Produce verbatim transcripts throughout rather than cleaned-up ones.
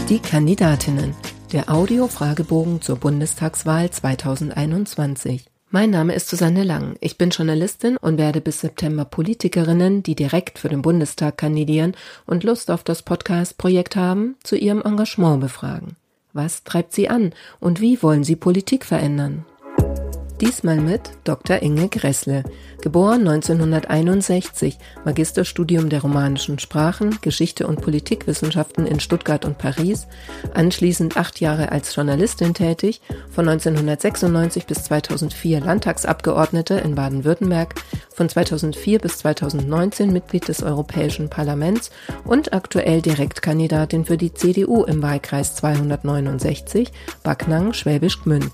Die Kandidatinnen. Der Audio-Fragebogen zur Bundestagswahl zweitausendeinundzwanzig. Mein Name ist Susanne Lang. Ich bin Journalistin und werde bis September Politikerinnen, die direkt für den Bundestag kandidieren und Lust auf das Podcast-Projekt haben, zu ihrem Engagement befragen. Was treibt sie an und wie wollen sie Politik verändern? Diesmal mit Doktor Inge Gressle, geboren neunzehnhunderteinundsechzig, Magisterstudium der romanischen Sprachen, Geschichte und Politikwissenschaften in Stuttgart und Paris, anschließend acht Jahre als Journalistin tätig, von neunzehnhundertsechsundneunzig bis zweitausendvier Landtagsabgeordnete in Baden-Württemberg, von zweitausendvier bis zweitausendneunzehn Mitglied des Europäischen Parlaments und aktuell Direktkandidatin für die C D U im Wahlkreis zweihundertneunundsechzig, Backnang, Schwäbisch Gmünd.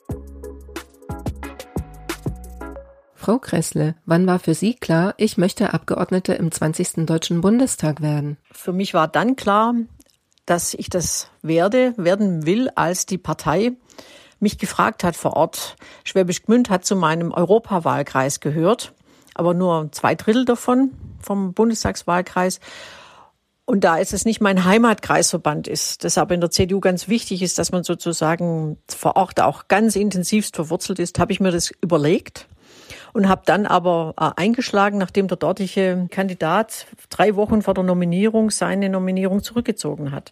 Frau Gressle, wann war für Sie klar, ich möchte Abgeordnete im zwanzigsten Deutschen Bundestag werden? Für mich war dann klar, dass ich das werde, werden will, als die Partei mich gefragt hat vor Ort. Schwäbisch Gmünd hat zu meinem Europawahlkreis gehört, aber nur zwei Drittel davon vom Bundestagswahlkreis. Und da es nicht mein Heimatkreisverband ist, deshalb in der C D U ganz wichtig ist, dass man sozusagen vor Ort auch ganz intensivst verwurzelt ist, habe ich mir das überlegt. Und habe dann aber äh, eingeschlagen, nachdem der dortige Kandidat drei Wochen vor der Nominierung seine Nominierung zurückgezogen hat.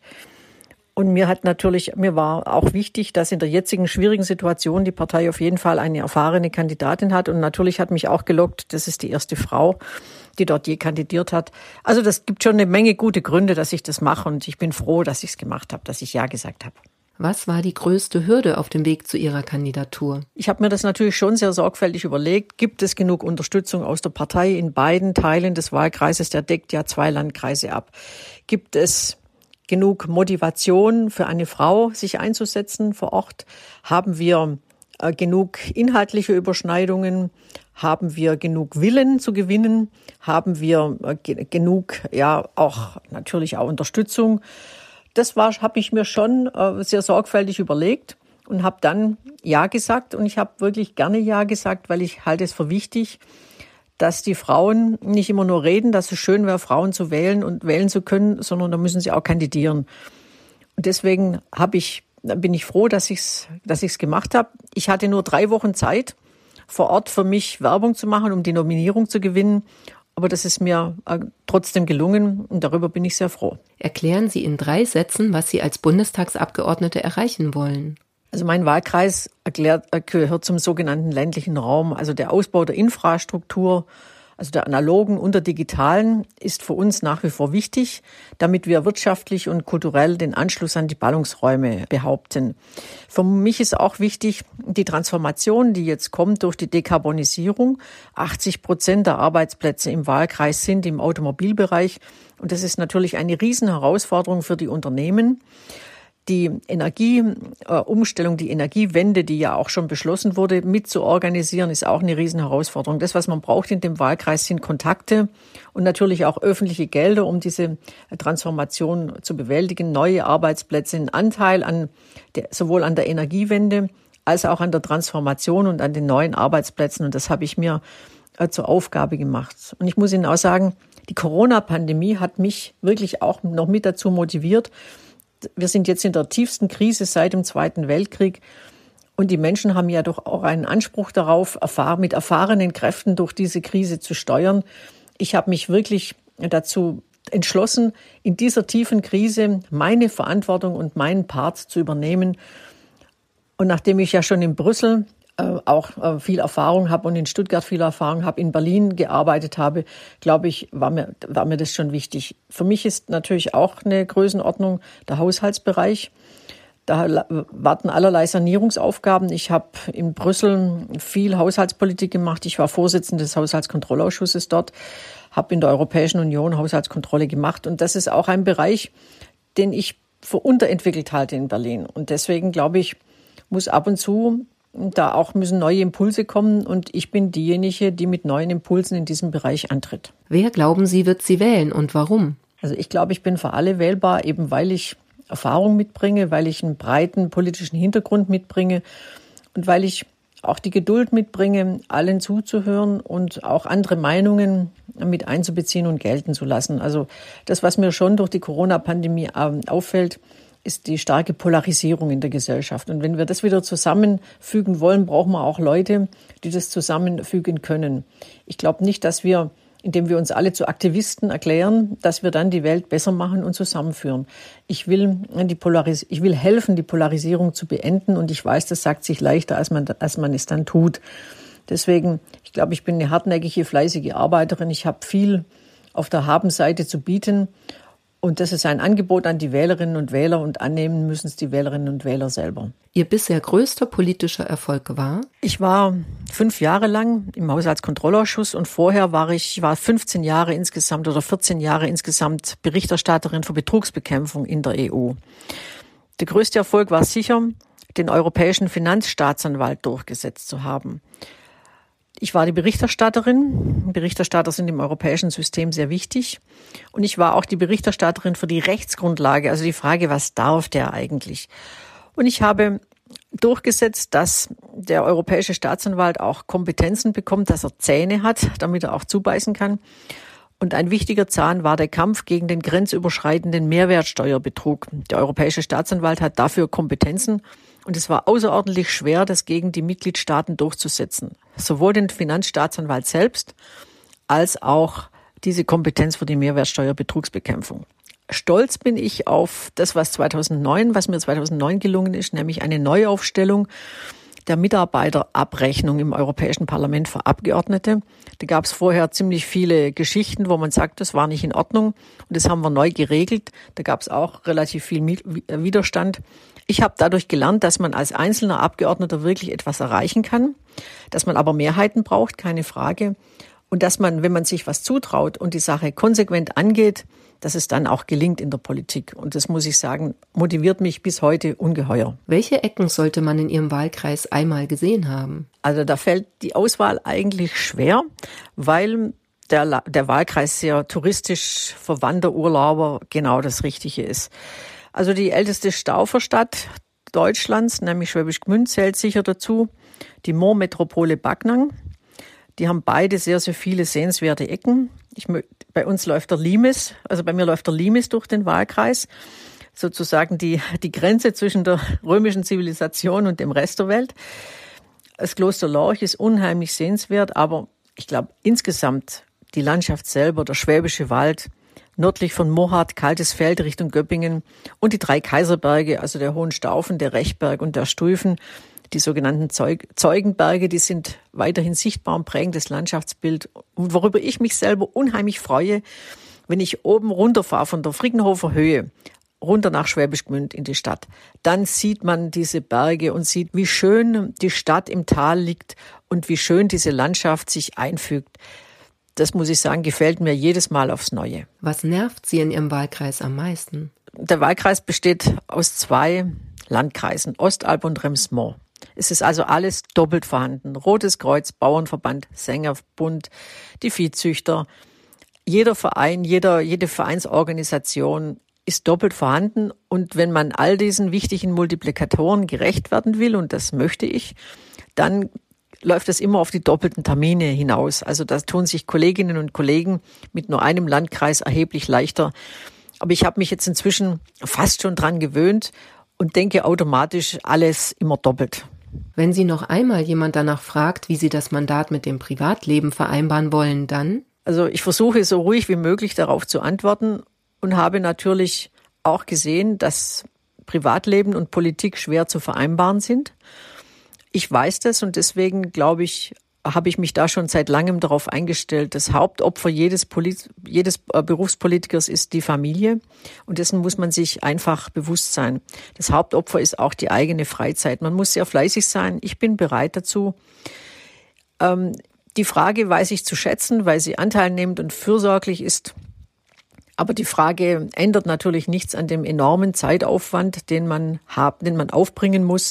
Und mir hat natürlich, mir war auch wichtig, dass in der jetzigen schwierigen Situation die Partei auf jeden Fall eine erfahrene Kandidatin hat. Und natürlich hat mich auch gelockt, das ist die erste Frau, die dort je kandidiert hat. Also das gibt schon eine Menge gute Gründe, dass ich das mache. Und ich bin froh, dass ich es gemacht habe, dass ich Ja gesagt habe. Was war die größte Hürde auf dem Weg zu Ihrer Kandidatur? Ich habe mir das natürlich schon sehr sorgfältig überlegt. Gibt es genug Unterstützung aus der Partei in beiden Teilen des Wahlkreises? Der deckt ja zwei Landkreise ab. Gibt es genug Motivation für eine Frau, sich einzusetzen vor Ort? Haben wir äh, genug inhaltliche Überschneidungen? Haben wir genug Willen zu gewinnen? Haben wir äh, ge- genug, ja, auch natürlich auch Unterstützung? Das war, habe ich mir schon äh, sehr sorgfältig überlegt und habe dann Ja gesagt. Und ich habe wirklich gerne Ja gesagt, weil ich halte es für wichtig, dass die Frauen nicht immer nur reden, dass es schön wäre, Frauen zu wählen und wählen zu können, sondern da müssen sie auch kandidieren. Und deswegen habe ich, bin ich froh, dass ich es dass ich's gemacht habe. Ich hatte nur drei Wochen Zeit, vor Ort für mich Werbung zu machen, um die Nominierung zu gewinnen. Aber das ist mir äh, trotzdem gelungen und darüber bin ich sehr froh. Erklären Sie in drei Sätzen, was Sie als Bundestagsabgeordnete erreichen wollen. Also mein Wahlkreis erklärt, äh, gehört zum sogenannten ländlichen Raum. Also der Ausbau der Infrastruktur, also der analogen und der digitalen, ist für uns nach wie vor wichtig, damit wir wirtschaftlich und kulturell den Anschluss an die Ballungsräume behaupten. Für mich ist auch wichtig, die Transformation, die jetzt kommt durch die Dekarbonisierung. achtzig Prozent der Arbeitsplätze im Wahlkreis sind im Automobilbereich. Und das ist natürlich eine Riesenherausforderung für die Unternehmen. Die Energieumstellung, die Energiewende, die ja auch schon beschlossen wurde, mit zu organisieren, ist auch eine Riesenherausforderung. Das, was man braucht in dem Wahlkreis, sind Kontakte und natürlich auch öffentliche Gelder, um diese Transformation zu bewältigen. Neue Arbeitsplätze, einen Anteil an der, sowohl an der Energiewende als auch an der Transformation und an den neuen Arbeitsplätzen. Und das habe ich mir äh, zur Aufgabe gemacht. Und ich muss Ihnen auch sagen, die Corona-Pandemie hat mich wirklich auch noch mit dazu motiviert. Wir sind jetzt in der tiefsten Krise seit dem Zweiten Weltkrieg. Und die Menschen haben ja doch auch einen Anspruch darauf, mit erfahrenen Kräften durch diese Krise zu steuern. Ich habe mich wirklich dazu entschlossen, in dieser tiefen Krise meine Verantwortung und meinen Part zu übernehmen. Und nachdem ich ja schon in Brüssel äh, auch äh, viel Erfahrung habe und in Stuttgart viel Erfahrung habe, in Berlin gearbeitet habe, glaube ich, war mir, war mir das schon wichtig. Für mich ist natürlich auch eine Größenordnung der Haushaltsbereich. Da warten allerlei Sanierungsaufgaben. Ich habe in Brüssel viel Haushaltspolitik gemacht. Ich war Vorsitzende des Haushaltskontrollausschusses dort, habe in der Europäischen Union Haushaltskontrolle gemacht. Und das ist auch ein Bereich, den ich für unterentwickelt halte in Berlin. Und deswegen, glaube ich, muss ab und zu da auch müssen neue Impulse kommen. Und ich bin diejenige, die mit neuen Impulsen in diesem Bereich antritt. Wer, glauben Sie, wird Sie wählen und warum? Also ich glaube, ich bin für alle wählbar, eben weil ich Erfahrung mitbringe, weil ich einen breiten politischen Hintergrund mitbringe und weil ich auch die Geduld mitbringe, allen zuzuhören und auch andere Meinungen mit einzubeziehen und gelten zu lassen. Also das, was mir schon durch die Corona-Pandemie auffällt, ist die starke Polarisierung in der Gesellschaft. Und wenn wir das wieder zusammenfügen wollen, brauchen wir auch Leute, die das zusammenfügen können. Ich glaube nicht, dass wir, indem wir uns alle zu Aktivisten erklären, dass wir dann die Welt besser machen und zusammenführen. Ich will, die Polaris- ich will helfen, die Polarisierung zu beenden. Und ich weiß, das sagt sich leichter, als man, als man es dann tut. Deswegen, ich glaube, ich bin eine hartnäckige, fleißige Arbeiterin. Ich habe viel auf der Habenseite zu bieten. Und das ist ein Angebot an die Wählerinnen und Wähler und annehmen müssen es die Wählerinnen und Wähler selber. Ihr bisher größter politischer Erfolg war? Ich war fünf Jahre lang im Haushaltskontrollausschuss und vorher war ich, ich war fünfzehn Jahre insgesamt oder vierzehn Jahre insgesamt Berichterstatterin für Betrugsbekämpfung in der E U. Der größte Erfolg war sicher, den europäischen Finanzstaatsanwalt durchgesetzt zu haben. Ich war die Berichterstatterin. Berichterstatter sind im europäischen System sehr wichtig. Und ich war auch die Berichterstatterin für die Rechtsgrundlage, also die Frage, was darf der eigentlich? Und ich habe durchgesetzt, dass der europäische Staatsanwalt auch Kompetenzen bekommt, dass er Zähne hat, damit er auch zubeißen kann. Und ein wichtiger Zahn war der Kampf gegen den grenzüberschreitenden Mehrwertsteuerbetrug. Der europäische Staatsanwalt hat dafür Kompetenzen. Und es war außerordentlich schwer, das gegen die Mitgliedstaaten durchzusetzen. Sowohl den Finanzstaatsanwalt selbst als auch diese Kompetenz für die Mehrwertsteuerbetrugsbekämpfung. Stolz bin ich auf das, was zweitausendneun, was mir zweitausendneun gelungen ist, nämlich eine Neuaufstellung der Mitarbeiterabrechnung im Europäischen Parlament für Abgeordnete. Da gab es vorher ziemlich viele Geschichten, wo man sagt, das war nicht in Ordnung. Und das haben wir neu geregelt. Da gab es auch relativ viel Widerstand. Ich habe dadurch gelernt, dass man als einzelner Abgeordneter wirklich etwas erreichen kann, dass man aber Mehrheiten braucht, keine Frage. Und dass man, wenn man sich was zutraut und die Sache konsequent angeht, dass es dann auch gelingt in der Politik. Und das, muss ich sagen, motiviert mich bis heute ungeheuer. Welche Ecken sollte man in Ihrem Wahlkreis einmal gesehen haben? Also da fällt die Auswahl eigentlich schwer, weil der, der Wahlkreis sehr touristisch für Wanderurlauber genau das Richtige ist. Also die älteste Stauferstadt Deutschlands, nämlich Schwäbisch Gmünd, zählt sicher dazu. Die Moormetropole Backnang. Die haben beide sehr, sehr viele sehenswerte Ecken. Ich, bei uns läuft der Limes, also bei mir läuft der Limes durch den Wahlkreis. Sozusagen die, die Grenze zwischen der römischen Zivilisation und dem Rest der Welt. Das Kloster Lorch ist unheimlich sehenswert, aber ich glaube insgesamt die Landschaft selber, der Schwäbische Wald, nördlich von Mohardt, Kaltes Feld Richtung Göppingen und die drei Kaiserberge, also der Hohenstaufen, der Rechberg und der Stuifen, die sogenannten Zeug- Zeugenberge, die sind weiterhin sichtbar und prägen das Landschaftsbild. Und worüber ich mich selber unheimlich freue, wenn ich oben runterfahre von der Frickenhofer Höhe, runter nach Schwäbisch Gmünd in die Stadt, dann sieht man diese Berge und sieht, wie schön die Stadt im Tal liegt und wie schön diese Landschaft sich einfügt. Das, muss ich sagen, gefällt mir jedes Mal aufs Neue. Was nervt Sie in Ihrem Wahlkreis am meisten? Der Wahlkreis besteht aus zwei Landkreisen, Ostalb und Rems-Mont. Es ist also alles doppelt vorhanden. Rotes Kreuz, Bauernverband, Sängerbund, die Viehzüchter. Jeder Verein, jeder, jede Vereinsorganisation ist doppelt vorhanden. Und wenn man all diesen wichtigen Multiplikatoren gerecht werden will, und das möchte ich, dann läuft es immer auf die doppelten Termine hinaus. Also da tun sich Kolleginnen und Kollegen mit nur einem Landkreis erheblich leichter. Aber ich habe mich jetzt inzwischen fast schon dran gewöhnt und denke automatisch alles immer doppelt. Wenn Sie noch einmal jemand danach fragt, wie Sie das Mandat mit dem Privatleben vereinbaren wollen, dann? Also ich versuche so ruhig wie möglich darauf zu antworten und habe natürlich auch gesehen, dass Privatleben und Politik schwer zu vereinbaren sind. Ich weiß das und deswegen, glaube ich, habe ich mich da schon seit langem darauf eingestellt. Das Hauptopfer jedes, Polit- jedes Berufspolitikers ist die Familie und dessen muss man sich einfach bewusst sein. Das Hauptopfer ist auch die eigene Freizeit. Man muss sehr fleißig sein. Ich bin bereit dazu. Ähm, die Frage weiß ich zu schätzen, weil sie anteilnehmend und fürsorglich ist. Aber die Frage ändert natürlich nichts an dem enormen Zeitaufwand, den man hat, den man aufbringen muss.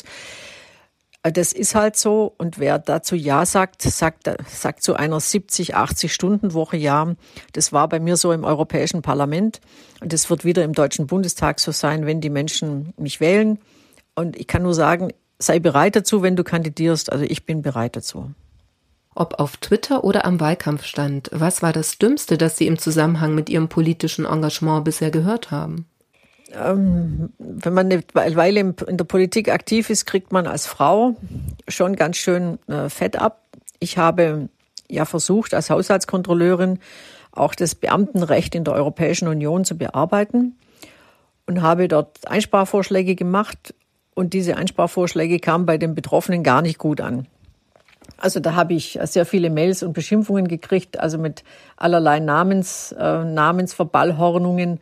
Das ist halt so. Und wer dazu Ja sagt, sagt, sagt zu einer siebzig, achtzig Stunden Woche Ja. Das war bei mir so im Europäischen Parlament. Und das wird wieder im Deutschen Bundestag so sein, wenn die Menschen mich wählen. Und ich kann nur sagen, sei bereit dazu, wenn du kandidierst. Also ich bin bereit dazu. Ob auf Twitter oder am Wahlkampfstand, was war das Dümmste, das Sie im Zusammenhang mit Ihrem politischen Engagement bisher gehört haben? Ähm, wenn man eine Weile in der Politik aktiv ist, kriegt man als Frau schon ganz schön äh, Fett ab. Ich habe ja versucht, als Haushaltskontrolleurin auch das Beamtenrecht in der Europäischen Union zu bearbeiten und habe dort Einsparvorschläge gemacht. Und diese Einsparvorschläge kamen bei den Betroffenen gar nicht gut an. Also da habe ich sehr viele Mails und Beschimpfungen gekriegt, also mit allerlei Namens, äh, Namensverballhornungen.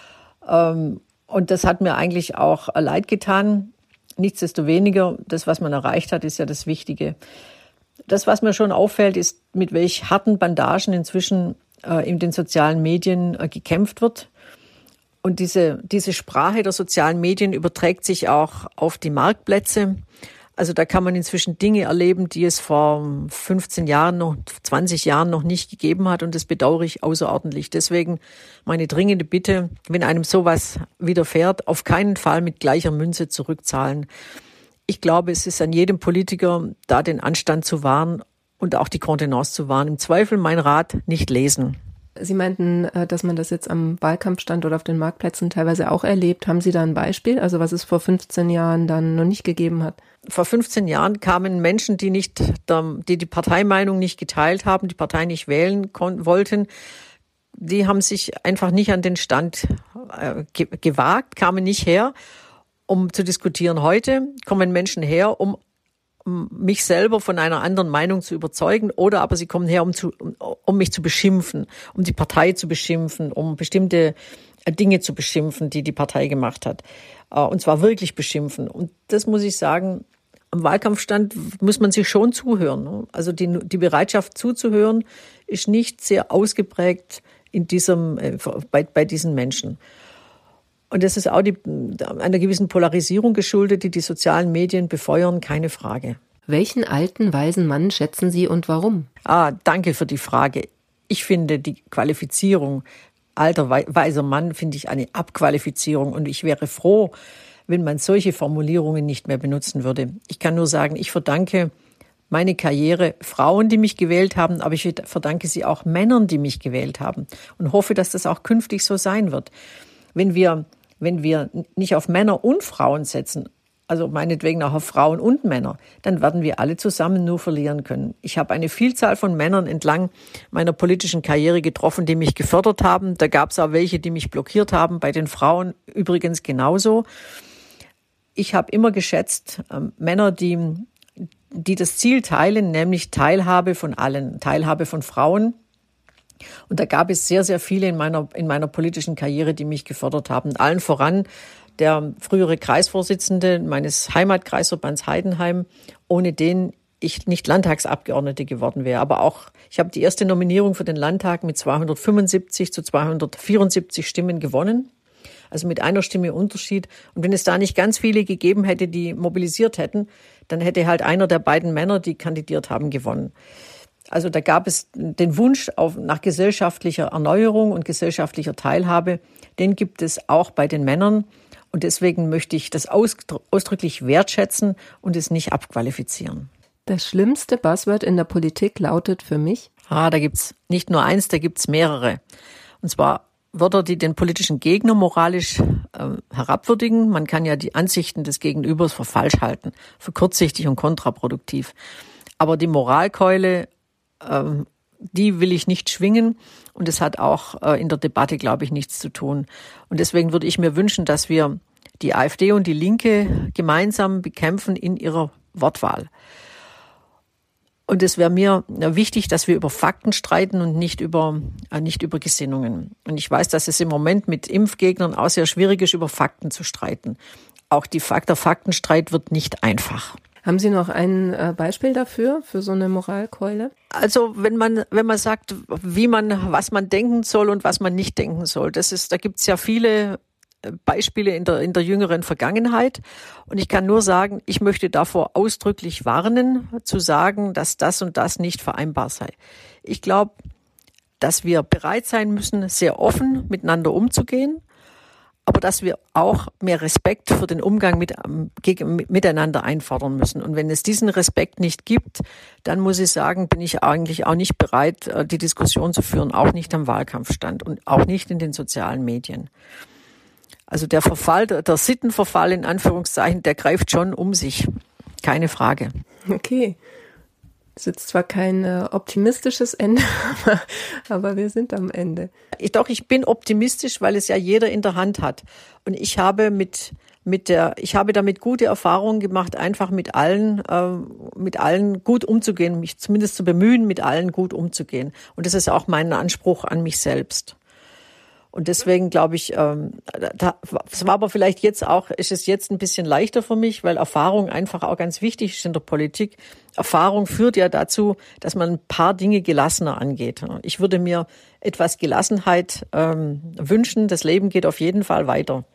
Ähm, und das hat mir eigentlich auch leid getan. Nichtsdestoweniger, das, was man erreicht hat, ist ja das Wichtige. Das, was mir schon auffällt, ist, mit welch harten Bandagen inzwischen äh, in den sozialen Medien äh, gekämpft wird. Und diese, diese Sprache der sozialen Medien überträgt sich auch auf die Marktplätze. Also da kann man inzwischen Dinge erleben, die es vor fünfzehn Jahren, noch zwanzig Jahren noch nicht gegeben hat. Und das bedauere ich außerordentlich. Deswegen meine dringende Bitte, wenn einem sowas widerfährt, auf keinen Fall mit gleicher Münze zurückzahlen. Ich glaube, es ist an jedem Politiker, da den Anstand zu wahren und auch die Kontenance zu wahren. Im Zweifel mein Rat, nicht lesen. Sie meinten, dass man das jetzt am Wahlkampfstand oder auf den Marktplätzen teilweise auch erlebt. Haben Sie da ein Beispiel, also was es vor fünfzehn Jahren dann noch nicht gegeben hat? Vor fünfzehn Jahren kamen Menschen, die nicht, die die Parteimeinung nicht geteilt haben, die Partei nicht wählen konnten, wollten. Die haben sich einfach nicht an den Stand äh, ge- gewagt, kamen nicht her, um zu diskutieren. Heute kommen Menschen her, um mich selber von einer anderen Meinung zu überzeugen, oder aber sie kommen her, um zu, um, um mich zu beschimpfen, um die Partei zu beschimpfen, um bestimmte Dinge zu beschimpfen, die die Partei gemacht hat. Und zwar wirklich beschimpfen. Und das muss ich sagen, am Wahlkampfstand muss man sich schon zuhören. Also die, die Bereitschaft zuzuhören ist nicht sehr ausgeprägt in diesem, bei, bei diesen Menschen. Und das ist auch die, einer gewissen Polarisierung geschuldet, die die sozialen Medien befeuern, keine Frage. Welchen alten, weisen Mann schätzen Sie und warum? Ah, danke für die Frage. Ich finde die Qualifizierung alter, weiser Mann, finde ich eine Abqualifizierung. Und ich wäre froh, wenn man solche Formulierungen nicht mehr benutzen würde. Ich kann nur sagen, ich verdanke meine Karriere Frauen, die mich gewählt haben, aber ich verdanke sie auch Männern, die mich gewählt haben. Und hoffe, dass das auch künftig so sein wird. Wenn wir, wenn wir nicht auf Männer und Frauen setzen, also meinetwegen auch auf Frauen und Männer, dann werden wir alle zusammen nur verlieren können. Ich habe eine Vielzahl von Männern entlang meiner politischen Karriere getroffen, die mich gefördert haben. Da gab es auch welche, die mich blockiert haben, bei den Frauen übrigens genauso. Ich habe immer geschätzt, äh, Männer, die, die das Ziel teilen, nämlich Teilhabe von allen, Teilhabe von Frauen. Und da gab es sehr, sehr viele in meiner, in meiner politischen Karriere, die mich gefördert haben. Allen voran der frühere Kreisvorsitzende meines Heimatkreisverbands Heidenheim, ohne den ich nicht Landtagsabgeordnete geworden wäre. Aber auch, ich habe die erste Nominierung für den Landtag mit zweihundertfünfundsiebzig zu zweihundertvierundsiebzig Stimmen gewonnen. Also mit einer Stimme Unterschied. Und wenn es da nicht ganz viele gegeben hätte, die mobilisiert hätten, dann hätte halt einer der beiden Männer, die kandidiert haben, gewonnen. Also da gab es den Wunsch auf, nach gesellschaftlicher Erneuerung und gesellschaftlicher Teilhabe. Den gibt es auch bei den Männern. Und deswegen möchte ich das ausdrücklich wertschätzen und es nicht abqualifizieren. Das schlimmste Buzzword in der Politik lautet für mich? Ah, da gibt's nicht nur eins, da gibt's mehrere. Und zwar Wörter, die den politischen Gegner moralisch äh, herabwürdigen. Man kann ja die Ansichten des Gegenübers für falsch halten, für kurzsichtig und kontraproduktiv. Aber die Moralkeule, ähm, die will ich nicht schwingen. Und es hat auch äh, in der Debatte, glaube ich, nichts zu tun. Und deswegen würde ich mir wünschen, dass wir die AfD und die Linke gemeinsam bekämpfen in ihrer Wortwahl. Und es wäre mir wichtig, dass wir über Fakten streiten und nicht über, äh, nicht über Gesinnungen. Und ich weiß, dass es im Moment mit Impfgegnern auch sehr schwierig ist, über Fakten zu streiten. Auch die, der Faktenstreit wird nicht einfach. Haben Sie noch ein äh, Beispiel dafür, für so eine Moralkeule? Also wenn man, wenn man sagt, wie man, was man denken soll und was man nicht denken soll, das ist, da gibt's ja viele Beispiele in der, in der jüngeren Vergangenheit. Und ich kann nur sagen, ich möchte davor ausdrücklich warnen, zu sagen, dass das und das nicht vereinbar sei. Ich glaube, dass wir bereit sein müssen, sehr offen miteinander umzugehen, aber dass wir auch mehr Respekt für den Umgang mit, gegen, miteinander einfordern müssen. Und wenn es diesen Respekt nicht gibt, dann muss ich sagen, bin ich eigentlich auch nicht bereit, die Diskussion zu führen, auch nicht am Wahlkampfstand und auch nicht in den sozialen Medien. Also der Verfall, der, der Sittenverfall in Anführungszeichen, der greift schon um sich. Keine Frage. Okay. Das ist jetzt zwar kein äh, optimistisches Ende, aber, aber wir sind am Ende. Ich, doch, ich bin optimistisch, weil es ja jeder in der Hand hat. Und ich habe mit, mit der, ich habe damit gute Erfahrungen gemacht, einfach mit allen, äh, mit allen gut umzugehen, mich zumindest zu bemühen, mit allen gut umzugehen. Und das ist auch mein Anspruch an mich selbst. Und deswegen glaube ich, ähm, da, es war aber vielleicht jetzt auch, ist es jetzt ein bisschen leichter für mich, weil Erfahrung einfach auch ganz wichtig ist in der Politik. Erfahrung führt ja dazu, dass man ein paar Dinge gelassener angeht. Ich würde mir etwas Gelassenheit ähm, wünschen. Das Leben geht auf jeden Fall weiter.